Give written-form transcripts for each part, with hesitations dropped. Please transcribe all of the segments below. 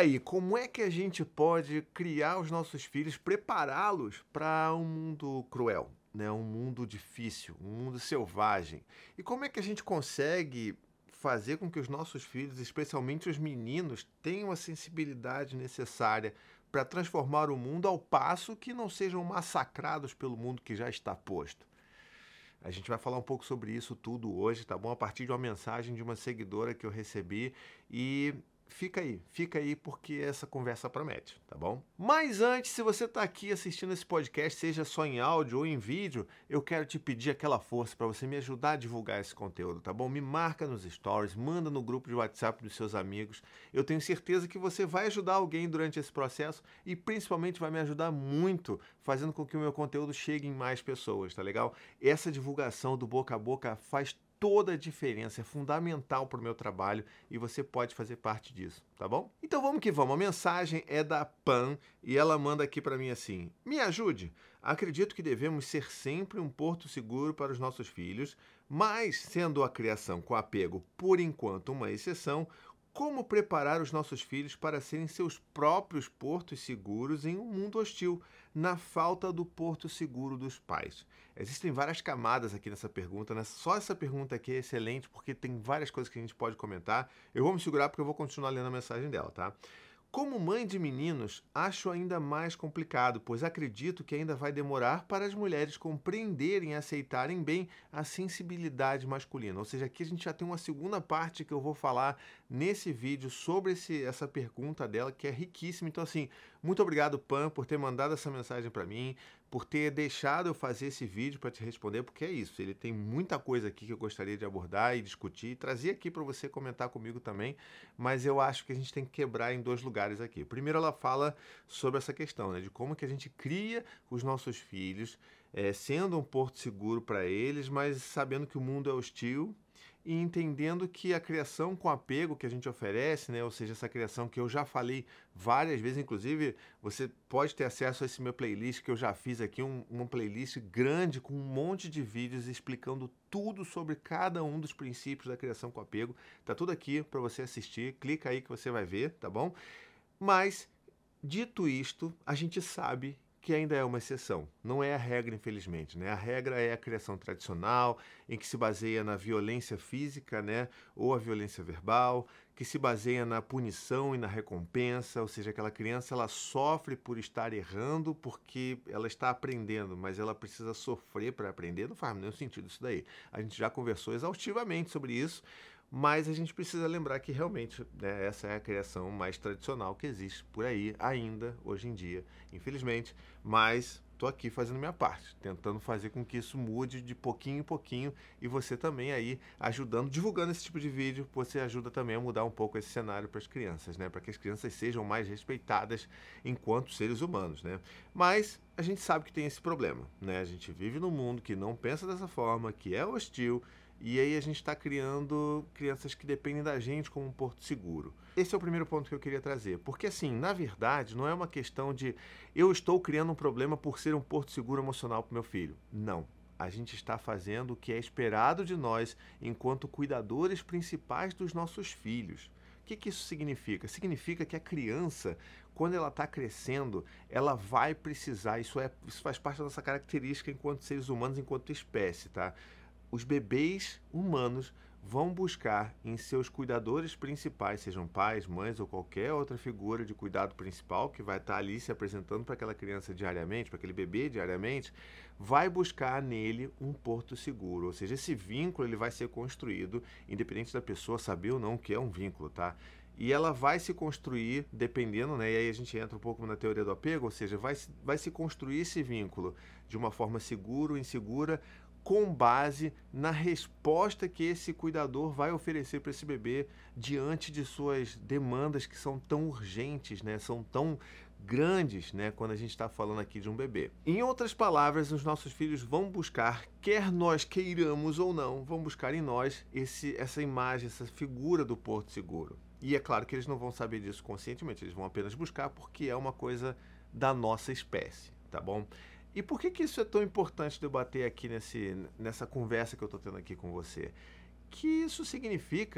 aí, como é que a gente pode criar os nossos filhos, prepará-los para um mundo cruel, né? Um mundo difícil, um mundo selvagem? E como é que a gente consegue fazer com que os nossos filhos, especialmente os meninos, tenham a sensibilidade necessária para transformar o mundo ao passo que não sejam massacrados pelo mundo que já está posto? A gente vai falar um pouco sobre isso tudo hoje, tá bom? A partir de uma mensagem de uma seguidora que eu recebi e fica aí porque essa conversa promete, tá bom? Mas antes, se você está aqui assistindo esse podcast, seja só em áudio ou em vídeo, eu quero te pedir aquela força para você me ajudar a divulgar esse conteúdo, tá bom? Me marca nos stories, manda no grupo de WhatsApp dos seus amigos. Eu tenho certeza que você vai ajudar alguém durante esse processo e principalmente vai me ajudar muito fazendo com que o meu conteúdo chegue em mais pessoas, tá legal? Essa divulgação do boca a boca faz toda a diferença, é fundamental para o meu trabalho e você pode fazer parte disso, tá bom? Então vamos que vamos. A mensagem é da Pan e ela manda aqui para mim assim: me ajude. Acredito que devemos ser sempre um porto seguro para os nossos filhos, mas sendo a criação com apego por enquanto uma exceção, como preparar os nossos filhos para serem seus próprios portos seguros em um mundo hostil, na falta do porto seguro dos pais? Existem várias camadas aqui nessa pergunta, né? Só essa pergunta aqui é excelente porque tem várias coisas que a gente pode comentar. Eu vou me segurar porque eu vou continuar lendo a mensagem dela, tá? Como mãe de meninos, acho ainda mais complicado, pois acredito que ainda vai demorar para as mulheres compreenderem e aceitarem bem a sensibilidade masculina. Ou seja, aqui a gente já tem uma segunda parte que eu vou falar nesse vídeo sobre essa pergunta dela, que é riquíssima. Então, assim, muito obrigado, Pan, por ter mandado essa mensagem para mim, por ter deixado eu fazer esse vídeo para te responder, porque é isso, ele tem muita coisa aqui que eu gostaria de abordar e discutir e trazer aqui para você comentar comigo também, mas eu acho que a gente tem que quebrar em dois lugares aqui. Primeiro ela fala sobre essa questão, né, de como que a gente cria os nossos filhos, sendo um porto seguro para eles, mas sabendo que o mundo é hostil e entendendo que a criação com apego que a gente oferece, né, ou seja, essa criação que eu já falei várias vezes, inclusive você pode ter acesso a esse meu playlist que eu já fiz aqui, uma playlist grande com um monte de vídeos explicando tudo sobre cada um dos princípios da criação com apego. Tá tudo aqui para você assistir, clica aí que você vai ver, tá bom? Mas, dito isto, a gente sabe que ainda é uma exceção. Não é a regra, infelizmente, né? A regra é a criação tradicional, em que se baseia na violência física, né? Ou a violência verbal, que se baseia na punição e na recompensa, ou seja, aquela criança ela sofre por estar errando porque ela está aprendendo, mas ela precisa sofrer para aprender. Não faz nenhum sentido isso daí. A gente já conversou exaustivamente sobre isso, mas a gente precisa lembrar que realmente, né, essa é a criação mais tradicional que existe por aí ainda hoje em dia, infelizmente, mas estou aqui fazendo minha parte, tentando fazer com que isso mude de pouquinho em pouquinho e você também aí ajudando, divulgando esse tipo de vídeo, você ajuda também a mudar um pouco esse cenário para as crianças, né, para que as crianças sejam mais respeitadas enquanto seres humanos, né? Mas a gente sabe que tem esse problema, né? A gente vive num mundo que não pensa dessa forma, que é hostil. E aí a gente está criando crianças que dependem da gente como um porto seguro. Esse é o primeiro ponto que eu queria trazer. Porque assim, na verdade, não é uma questão de eu estou criando um problema por ser um porto seguro emocional para o meu filho. Não. A gente está fazendo o que é esperado de nós enquanto cuidadores principais dos nossos filhos. O que isso significa? Significa que a criança, quando ela está crescendo, ela vai precisar, isso faz parte da nossa característica enquanto seres humanos, enquanto espécie, tá? Os bebês humanos vão buscar em seus cuidadores principais, sejam pais, mães ou qualquer outra figura de cuidado principal que vai estar ali se apresentando para aquela criança diariamente, para aquele bebê diariamente, vai buscar nele um porto seguro. Ou seja, esse vínculo ele vai ser construído, independente da pessoa saber ou não o que é um vínculo, tá? E ela vai se construir, dependendo, né? E aí a gente entra um pouco na teoria do apego, ou seja, vai se construir esse vínculo de uma forma segura ou insegura, com base na resposta que esse cuidador vai oferecer para esse bebê diante de suas demandas que são tão urgentes, né? São tão grandes, né? Quando a gente está falando aqui de um bebê. Em outras palavras, os nossos filhos vão buscar, quer nós queiramos ou não, vão buscar em nós essa imagem, essa figura do porto seguro. E é claro que eles não vão saber disso conscientemente, eles vão apenas buscar porque é uma coisa da nossa espécie, tá bom? E por que isso é tão importante debater aqui nessa conversa que eu estou tendo aqui com você? Que isso significa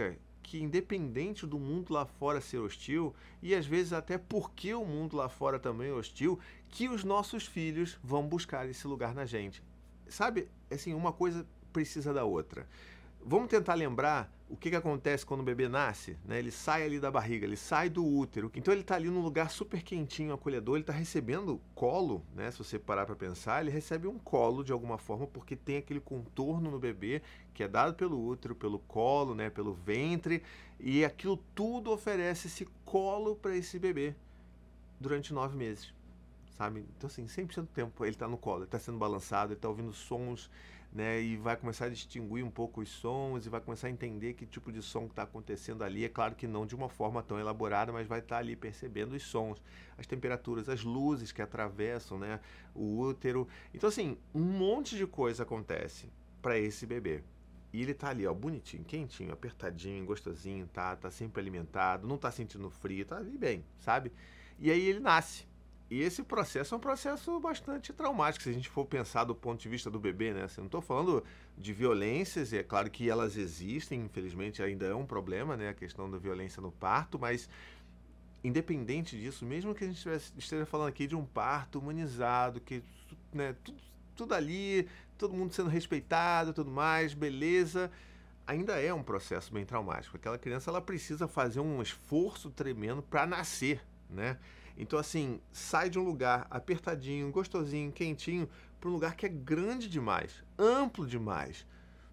que independente do mundo lá fora ser hostil, e às vezes até porque o mundo lá fora também é hostil, que os nossos filhos vão buscar esse lugar na gente. Sabe, assim, uma coisa precisa da outra. Vamos tentar lembrar o que acontece quando o bebê nasce, né? Ele sai ali da barriga, ele sai do útero. Então ele está ali num lugar super quentinho, acolhedor, ele está recebendo colo, né? Se você parar para pensar, ele recebe um colo de alguma forma, porque tem aquele contorno no bebê que é dado pelo útero, pelo colo, né? Pelo ventre, e aquilo tudo oferece esse colo para esse bebê durante 9 meses. Sabe? Então, assim, 100% do tempo ele está no colo, ele está sendo balançado, ele está ouvindo sons, né? E vai começar a distinguir um pouco os sons e vai começar a entender que tipo de som está acontecendo ali. É claro que não de uma forma tão elaborada, mas vai estar ali percebendo os sons, as temperaturas, as luzes que atravessam, né? O útero. Então, assim, um monte de coisa acontece para esse bebê. E ele tá ali, ó, bonitinho, quentinho, apertadinho, gostosinho, tá sempre alimentado, não tá sentindo frio, tá ali bem, sabe? E aí ele nasce. E esse processo é um processo bastante traumático, se a gente for pensar do ponto de vista do bebê, né? Assim, não estou falando de violências, e é claro que elas existem, infelizmente ainda é um problema, né? A questão da violência no parto, mas independente disso, mesmo que a gente esteja falando aqui de um parto humanizado, que, né, tudo ali, todo mundo sendo respeitado, tudo mais, beleza, ainda é um processo bem traumático. Aquela criança, ela precisa fazer um esforço tremendo para nascer, né? Então, assim, sai de um lugar apertadinho, gostosinho, quentinho, para um lugar que é grande demais, amplo demais,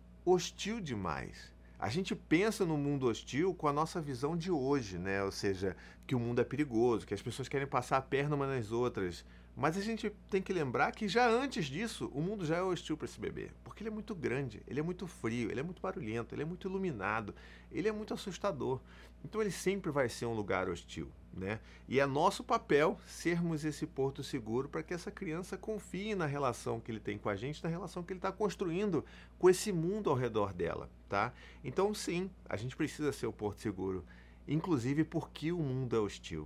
hostil demais. A gente pensa no mundo hostil com a nossa visão de hoje, né? Ou seja, que o mundo é perigoso, que as pessoas querem passar a perna umas nas outras. Mas a gente tem que lembrar que já antes disso, o mundo já é hostil para esse bebê. Porque ele é muito grande, ele é muito frio, ele é muito barulhento, ele é muito iluminado, ele é muito assustador. Então ele sempre vai ser um lugar hostil, né? E é nosso papel sermos esse porto seguro para que essa criança confie na relação que ele tem com a gente, na relação que ele está construindo com esse mundo ao redor dela, tá? Então sim, a gente precisa ser o porto seguro, inclusive porque o mundo é hostil.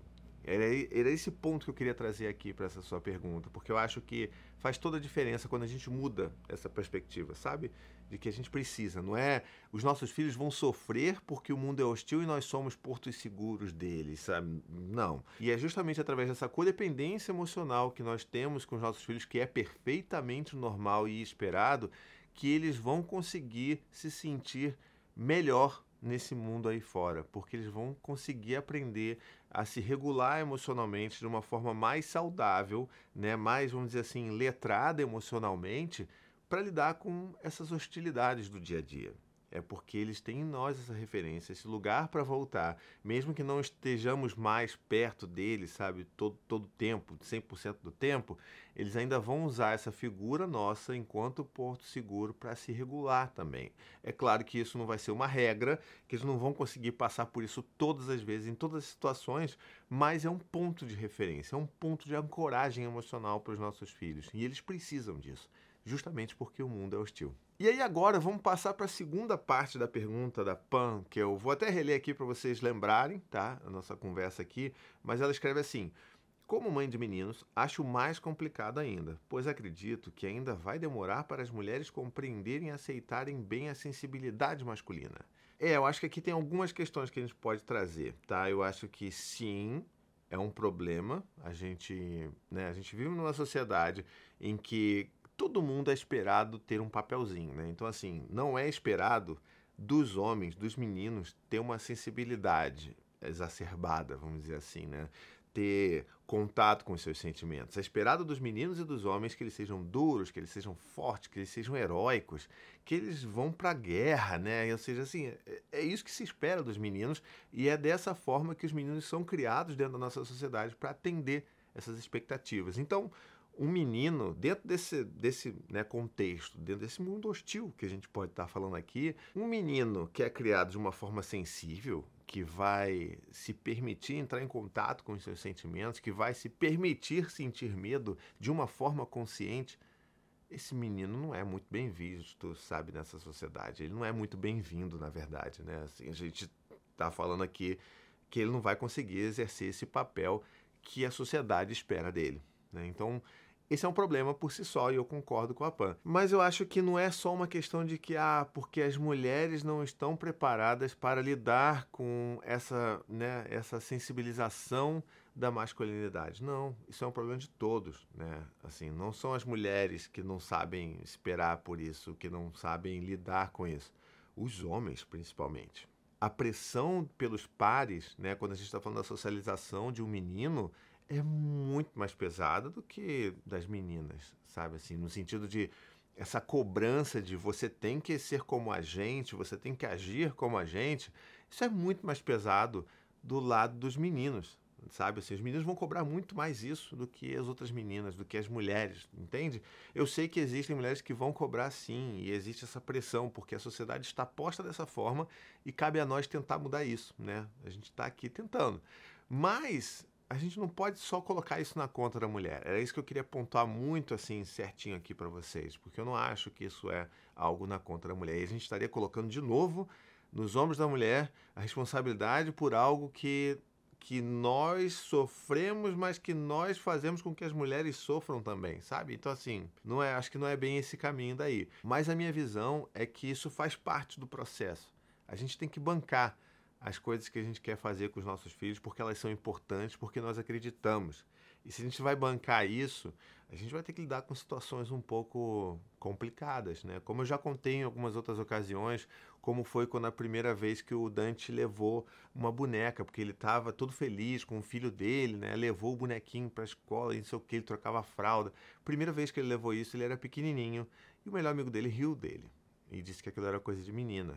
Era esse ponto que eu queria trazer aqui para essa sua pergunta, porque eu acho que faz toda a diferença quando a gente muda essa perspectiva, sabe? De que a gente precisa, não é? Os nossos filhos vão sofrer porque o mundo é hostil e nós somos portos seguros deles, sabe? Não. E é justamente através dessa codependência emocional que nós temos com os nossos filhos, que é perfeitamente normal e esperado, que eles vão conseguir se sentir melhor nesse mundo aí fora, porque eles vão conseguir aprender a se regular emocionalmente de uma forma mais saudável, né, mais, vamos dizer assim, letrada emocionalmente, para lidar com essas hostilidades do dia a dia. É porque eles têm em nós essa referência, esse lugar para voltar, mesmo que não estejamos mais perto deles, sabe, todo o tempo, 100% do tempo, eles ainda vão usar essa figura nossa enquanto porto seguro para se regular também. É claro que isso não vai ser uma regra, que eles não vão conseguir passar por isso todas as vezes, em todas as situações, mas é um ponto de referência, é um ponto de ancoragem emocional para os nossos filhos. E eles precisam disso, justamente porque o mundo é hostil. E aí agora vamos passar para a segunda parte da pergunta da Pan, que eu vou até reler aqui para vocês lembrarem, tá? A nossa conversa aqui, mas ela escreve assim: como mãe de meninos, acho mais complicado ainda, pois acredito que ainda vai demorar para as mulheres compreenderem e aceitarem bem a sensibilidade masculina. Eu acho que aqui tem algumas questões que a gente pode trazer, tá? Eu acho que sim, é um problema. A gente vive numa sociedade em que todo mundo é esperado ter um papelzinho, né? Então, assim, não é esperado dos homens, dos meninos, ter uma sensibilidade exacerbada, vamos dizer assim, né? Ter contato com os seus sentimentos. É esperado dos meninos e dos homens que eles sejam duros, que eles sejam fortes, que eles sejam heróicos, que eles vão para a guerra, né? Ou seja, assim, é isso que se espera dos meninos e é dessa forma que os meninos são criados dentro da nossa sociedade para atender essas expectativas. Então, um menino, dentro desse né, contexto, dentro desse mundo hostil que a gente pode estar falando aqui, um menino que é criado de uma forma sensível, que vai se permitir entrar em contato com os seus sentimentos, que vai se permitir sentir medo de uma forma consciente, esse menino não é muito bem visto, sabe, nessa sociedade. Ele não é muito bem-vindo, na verdade, né? Assim, a gente está falando aqui que ele não vai conseguir exercer esse papel que a sociedade espera dele, né? Então, Esse é um problema por si só e eu concordo com a Pan. Mas eu acho que não é só uma questão de que, porque as mulheres não estão preparadas para lidar com essa, né, essa sensibilização da masculinidade. Não, isso é um problema de todos, né? Assim, não são as mulheres que não sabem esperar por isso, que não sabem lidar com isso. Os homens, principalmente. A pressão pelos pares, né, quando a gente está falando da socialização de um menino, é muito mais pesada do que das meninas, sabe? Assim, no sentido de essa cobrança de você tem que ser como a gente, você tem que agir como a gente, isso é muito mais pesado do lado dos meninos, sabe? Assim, os meninos vão cobrar muito mais isso do que as outras meninas, do que as mulheres, entende? Eu sei que existem mulheres que vão cobrar sim, e existe essa pressão, porque a sociedade está posta dessa forma e cabe a nós tentar mudar isso, né? A gente está aqui tentando. Mas a gente não pode só colocar isso na conta da mulher. Era isso que eu queria pontuar muito assim, certinho aqui para vocês, porque eu não acho que isso é algo na conta da mulher. E a gente estaria colocando de novo nos ombros da mulher a responsabilidade por algo que nós sofremos, mas que nós fazemos com que as mulheres sofram também, sabe? Então, assim, não é, acho que não é bem esse caminho daí. Mas a minha visão é que isso faz parte do processo. A gente tem que bancar as coisas que a gente quer fazer com os nossos filhos porque elas são importantes, porque nós acreditamos. E se a gente vai bancar isso, a gente vai ter que lidar com situações um pouco complicadas, né? Como eu já contei em algumas outras ocasiões, como foi quando a primeira vez que o Dante levou uma boneca, porque ele estava todo feliz com o filho dele, né? Levou o bonequinho para a escola e não sei o que, ele trocava a fralda. Primeira vez que ele levou isso, ele era pequenininho e o melhor amigo dele riu dele e disse que aquilo era coisa de menina.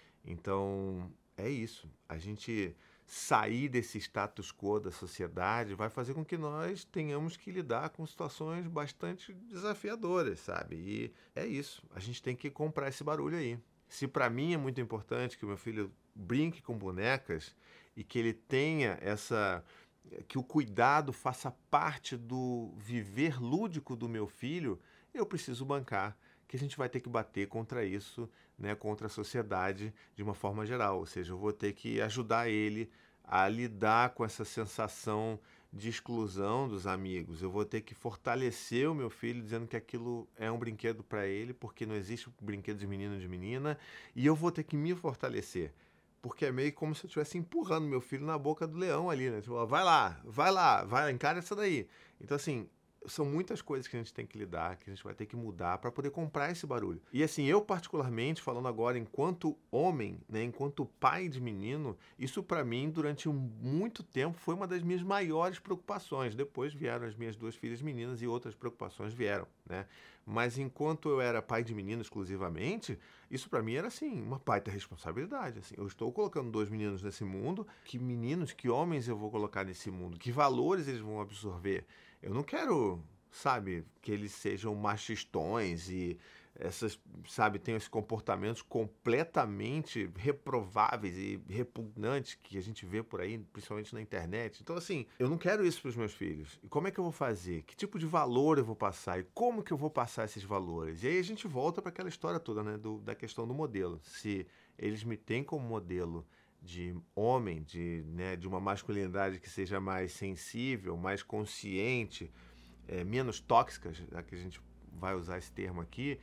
Então, é isso. A gente sair desse status quo da sociedade vai fazer com que nós tenhamos que lidar com situações bastante desafiadoras, sabe? E é isso. A gente tem que comprar esse barulho aí. Se para mim é muito importante que o meu filho brinque com bonecas e que ele tenha essa que o cuidado faça parte do viver lúdico do meu filho, eu preciso bancar que a gente vai ter que bater contra isso, né, contra a sociedade de uma forma geral. Ou seja, eu vou ter que ajudar ele a lidar com essa sensação de exclusão dos amigos. Eu vou ter que fortalecer o meu filho dizendo que aquilo é um brinquedo para ele, porque não existe brinquedo de menino e de menina, e eu vou ter que me fortalecer. Porque é meio como se eu estivesse empurrando meu filho na boca do leão ali, né? Tipo, ó, vai lá, vai, encara essa daí. Então, assim, são muitas coisas que a gente tem que lidar, que a gente vai ter que mudar para poder comprar esse barulho. E assim, eu particularmente, falando agora enquanto homem, né, enquanto pai de menino, isso para mim durante muito tempo foi uma das minhas maiores preocupações. Depois vieram as minhas duas filhas meninas e outras preocupações vieram, né? Mas enquanto eu era pai de menino exclusivamente, isso para mim era assim, uma baita responsabilidade, assim. Eu estou colocando dois meninos nesse mundo, que meninos, que homens eu vou colocar nesse mundo, que valores eles vão absorver. Eu não quero, sabe, que eles sejam machistões e essas, sabe, tenham esses comportamentos completamente reprováveis e repugnantes que a gente vê por aí, principalmente na internet. Então, assim, eu não quero isso para os meus filhos. E como é que eu vou fazer? Que tipo de valor eu vou passar? E como que eu vou passar esses valores? E aí a gente volta para aquela história toda, né, da questão do modelo. Se eles me têm como modelo de homem, né, de uma masculinidade que seja mais sensível, mais consciente, menos tóxica, já que a gente vai usar esse termo aqui,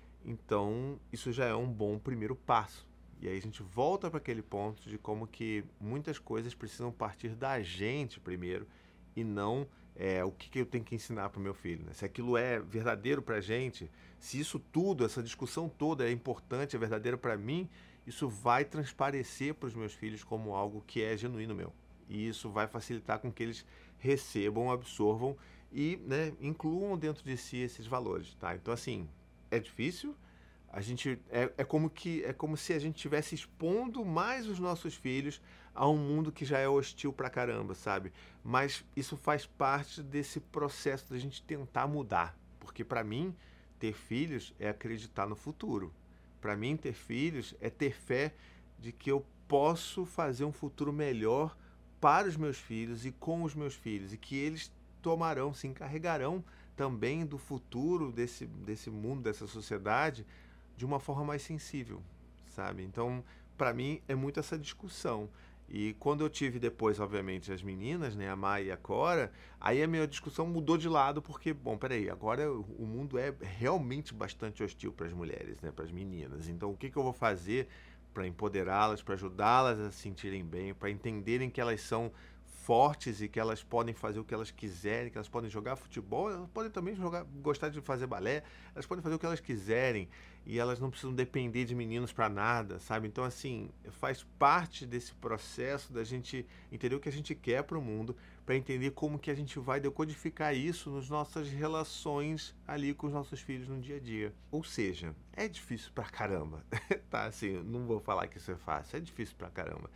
então isso já é um bom primeiro passo. E aí a gente volta para aquele ponto de como que muitas coisas precisam partir da gente primeiro e não o que eu tenho que ensinar para o meu filho. Né? Se aquilo é verdadeiro para a gente, se isso tudo, essa discussão toda é importante, é verdadeiro para mim, isso vai transparecer para os meus filhos como algo que é genuíno meu. E isso vai facilitar com que eles recebam, absorvam e, né, incluam dentro de si esses valores, tá? Então, assim, é difícil. A gente é como se a gente estivesse expondo mais os nossos filhos a um mundo que já é hostil pra caramba, sabe? Mas isso faz parte desse processo da gente tentar mudar, porque pra mim ter filhos é acreditar no futuro. Pra mim ter filhos é ter fé de que eu posso fazer um futuro melhor para os meus filhos e com os meus filhos e que eles tomarão, se encarregarão também do futuro desse mundo, dessa sociedade de uma forma mais sensível, sabe? Então, para mim, é muito essa discussão. E quando eu tive depois, obviamente, as meninas, né, a Mai e a Cora, aí a minha discussão mudou de lado, porque, bom, peraí, agora o mundo é realmente bastante hostil para as mulheres, né, para as meninas. Então, o que que eu vou fazer para empoderá-las, para ajudá-las a se sentirem bem, para entenderem que elas são fortes e que elas podem fazer o que elas quiserem, que elas podem jogar futebol, elas podem também gostar de fazer balé, elas podem fazer o que elas quiserem e elas não precisam depender de meninos para nada, sabe? Então, assim, faz parte desse processo da gente entender o que a gente quer para o mundo, para entender como que a gente vai decodificar isso nas nossas relações ali com os nossos filhos no dia a dia. Ou seja, é difícil pra caramba, tá? Assim, não vou falar que isso é fácil, é difícil pra caramba.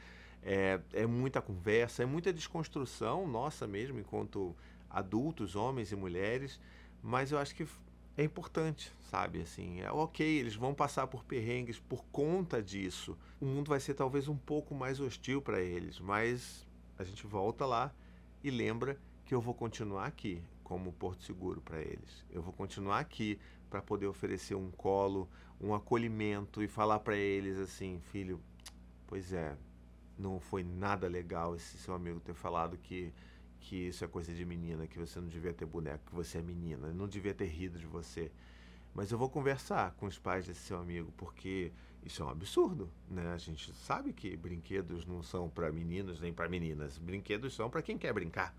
É muita conversa, é muita desconstrução nossa mesmo, enquanto adultos, homens e mulheres, mas eu acho que é importante, sabe? Assim, é ok, eles vão passar por perrengues por conta disso. O mundo vai ser talvez um pouco mais hostil para eles, mas a gente volta lá e lembra que eu vou continuar aqui como porto seguro para eles. Eu vou continuar aqui para poder oferecer um colo, um acolhimento e falar para eles assim, filho, pois é, não foi nada legal esse seu amigo ter falado que isso é coisa de menina, que você não devia ter boneco, que você é menina, não devia ter rido de você. Mas eu vou conversar com os pais desse seu amigo, porque isso é um absurdo, né? A gente sabe que brinquedos não são para meninos nem para meninas, brinquedos são para quem quer brincar.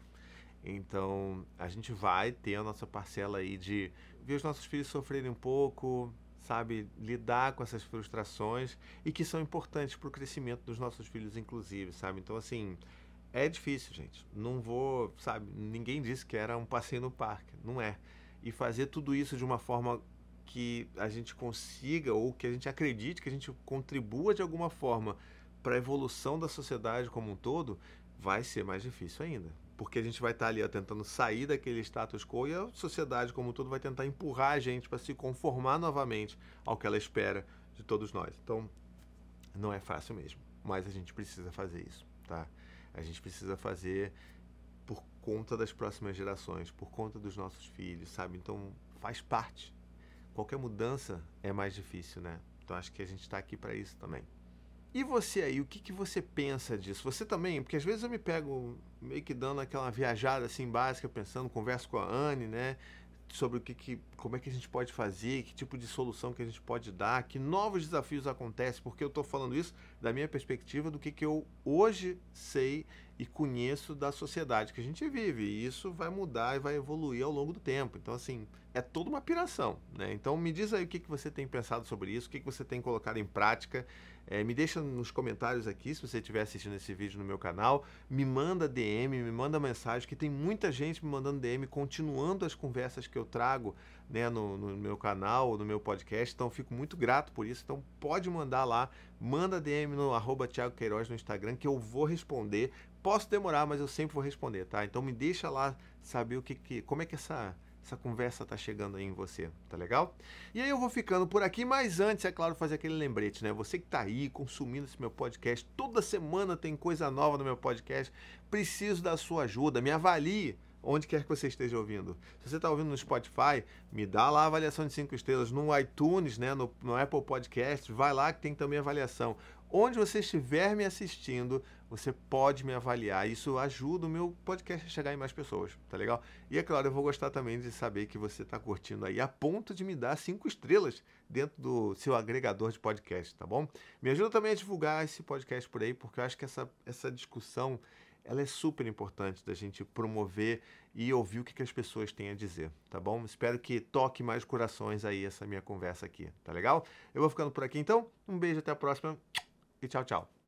Então, a gente vai ter a nossa parcela aí de ver os nossos filhos sofrerem um pouco, sabe, lidar com essas frustrações e que são importantes para o crescimento dos nossos filhos, inclusive, sabe? Então, assim, é difícil, gente. Não vou, sabe, ninguém disse que era um passeio no parque, não é. E fazer tudo isso de uma forma que a gente consiga ou que a gente acredite que a gente contribua de alguma forma para a evolução da sociedade como um todo, vai ser mais difícil ainda. Porque a gente vai estar ali ó, tentando sair daquele status quo e a sociedade como um todo vai tentar empurrar a gente para se conformar novamente ao que ela espera de todos nós. Então, não é fácil mesmo, mas a gente precisa fazer isso, tá? A gente precisa fazer por conta das próximas gerações, por conta dos nossos filhos, sabe? Então, faz parte. Qualquer mudança é mais difícil, né? Então, acho que a gente está aqui para isso também. E você aí, o que que você pensa disso? Você também, porque às vezes eu me pego meio que dando aquela viajada assim básica, pensando, converso com a Anne, né? Sobre como é que a gente pode fazer, que tipo de solução que a gente pode dar, que novos desafios acontecem, porque eu estou falando isso da minha perspectiva, do que eu hoje sei e conheço da sociedade que a gente vive. E isso vai mudar e vai evoluir ao longo do tempo. Então, assim, é toda uma piração, né? Então, me diz aí o que você tem pensado sobre isso, o que você tem colocado em prática. Me deixa nos comentários aqui, se você estiver assistindo esse vídeo no meu canal, me manda DM, me manda mensagem, que tem muita gente me mandando DM, continuando as conversas que eu trago, né, no meu canal, no meu podcast, então eu fico muito grato por isso, então pode mandar lá, manda DM no @Thiago Queiroz no Instagram, que eu vou responder, posso demorar, mas eu sempre vou responder, tá? Então me deixa lá saber como é que essa conversa tá chegando aí em você, tá legal? E aí eu vou ficando por aqui, mas antes, é claro, fazer aquele lembrete, né? Você que tá aí consumindo esse meu podcast, toda semana tem coisa nova no meu podcast, preciso da sua ajuda, me avalie onde quer que você esteja ouvindo. Se você está ouvindo no Spotify, me dá lá a avaliação de 5 estrelas, no iTunes, né, no Apple Podcast, vai lá que tem também avaliação. Onde você estiver me assistindo, você pode me avaliar. Isso ajuda o meu podcast a chegar em mais pessoas, tá legal? E é claro, eu vou gostar também de saber que você está curtindo aí, a ponto de me dar 5 estrelas dentro do seu agregador de podcast, tá bom? Me ajuda também a divulgar esse podcast por aí, porque eu acho que essa discussão ela é super importante da gente promover e ouvir o que as pessoas têm a dizer, tá bom? Espero que toque mais corações aí essa minha conversa aqui, tá legal? Eu vou ficando por aqui então, um beijo, até a próxima e tchau, tchau.